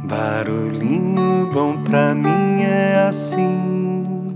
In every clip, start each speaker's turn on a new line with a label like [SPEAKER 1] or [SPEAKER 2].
[SPEAKER 1] Barulhinho bom pra mim é assim,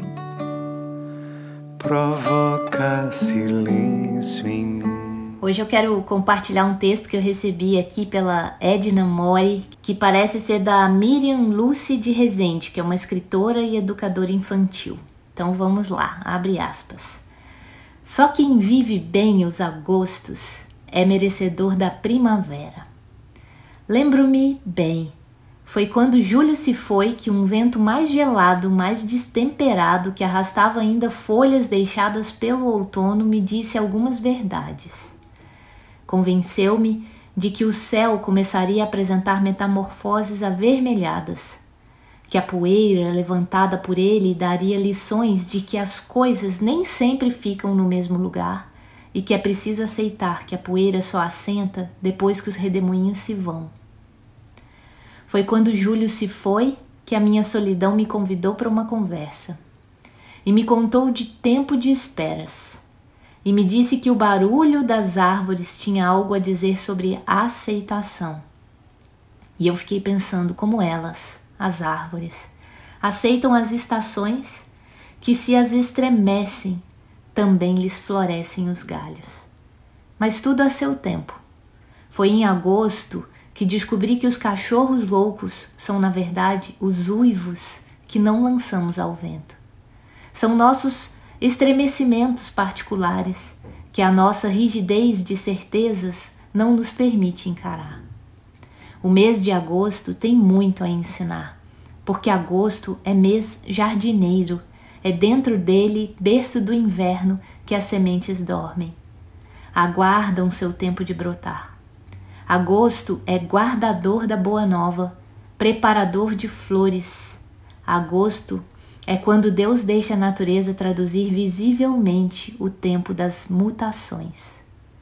[SPEAKER 1] provoca silêncio em mim.
[SPEAKER 2] Hoje eu quero compartilhar um texto que eu recebi aqui pela Edna Mori, que parece ser da Miriam Lucy de Rezende, que é uma escritora e educadora infantil. Então vamos lá, abre aspas. Só quem vive bem os agostos é merecedor da primavera. Lembro-me bem, foi quando julho se foi que um vento mais gelado, mais destemperado, que arrastava ainda folhas deixadas pelo outono, me disse algumas verdades. Convenceu-me de que o céu começaria a apresentar metamorfoses avermelhadas, que a poeira levantada por ele daria lições de que as coisas nem sempre ficam no mesmo lugar e que é preciso aceitar que a poeira só assenta depois que os redemoinhos se vão. Foi quando julho se foi que a minha solidão me convidou para uma conversa e me contou de tempo de esperas e me disse que o barulho das árvores tinha algo a dizer sobre aceitação. E eu fiquei pensando como elas, as árvores, aceitam as estações que, se as estremecem, também lhes florescem os galhos. Mas tudo a seu tempo. Foi em agosto que descobri que os cachorros loucos são, na verdade, os uivos que não lançamos ao vento. São nossos estremecimentos particulares que a nossa rigidez de certezas não nos permite encarar. O mês de agosto tem muito a ensinar, porque agosto é mês jardineiro, é dentro dele, berço do inverno, que as sementes dormem. Aguardam seu tempo de brotar. Agosto é guardador da boa nova, preparador de flores. Agosto é quando Deus deixa a natureza traduzir visivelmente o tempo das mutações.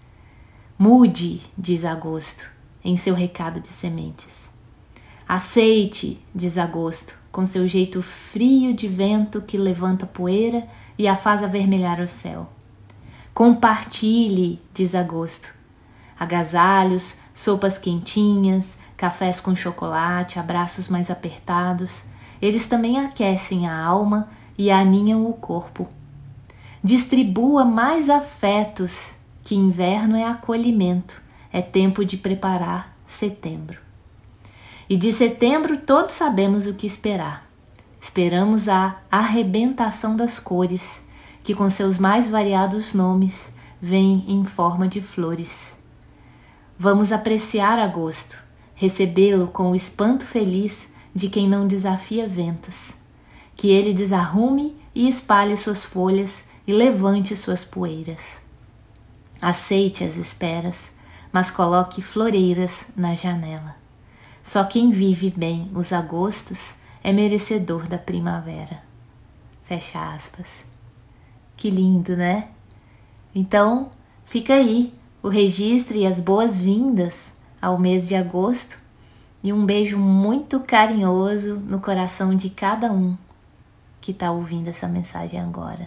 [SPEAKER 2] Mude, diz agosto, em seu recado de sementes. Aceite, diz agosto, com seu jeito frio de vento que levanta poeira e a faz avermelhar o céu. Compartilhe, diz agosto. Agasalhos, sopas quentinhas, cafés com chocolate, abraços mais apertados, eles também aquecem a alma e aninham o corpo. Distribua mais afetos, que inverno é acolhimento, é tempo de preparar setembro. E de setembro todos sabemos o que esperar. Esperamos a arrebentação das cores, que com seus mais variados nomes vem em forma de flores. Vamos apreciar agosto, recebê-lo com o espanto feliz de quem não desafia ventos. Que ele desarrume e espalhe suas folhas e levante suas poeiras. Aceite as esperas, mas coloque floreiras na janela. Só quem vive bem os agostos é merecedor da primavera. Fecha aspas. Que lindo, né? Então, fica aí o registro e as boas-vindas ao mês de agosto e um beijo muito carinhoso no coração de cada um que está ouvindo essa mensagem agora.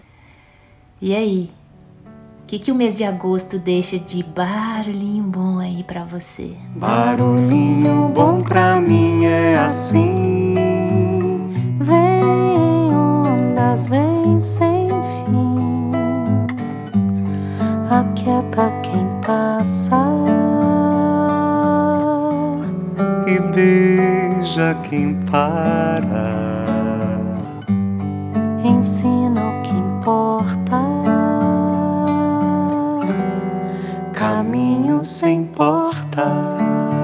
[SPEAKER 2] E aí, o que o mês de agosto deixa de barulhinho bom aí pra você?
[SPEAKER 1] Barulhinho bom pra mim é assim,
[SPEAKER 3] vem ondas, vem sem fim, aquieta quem passa
[SPEAKER 1] e beija quem para,
[SPEAKER 3] ensina o que importa,
[SPEAKER 1] caminho sem porta.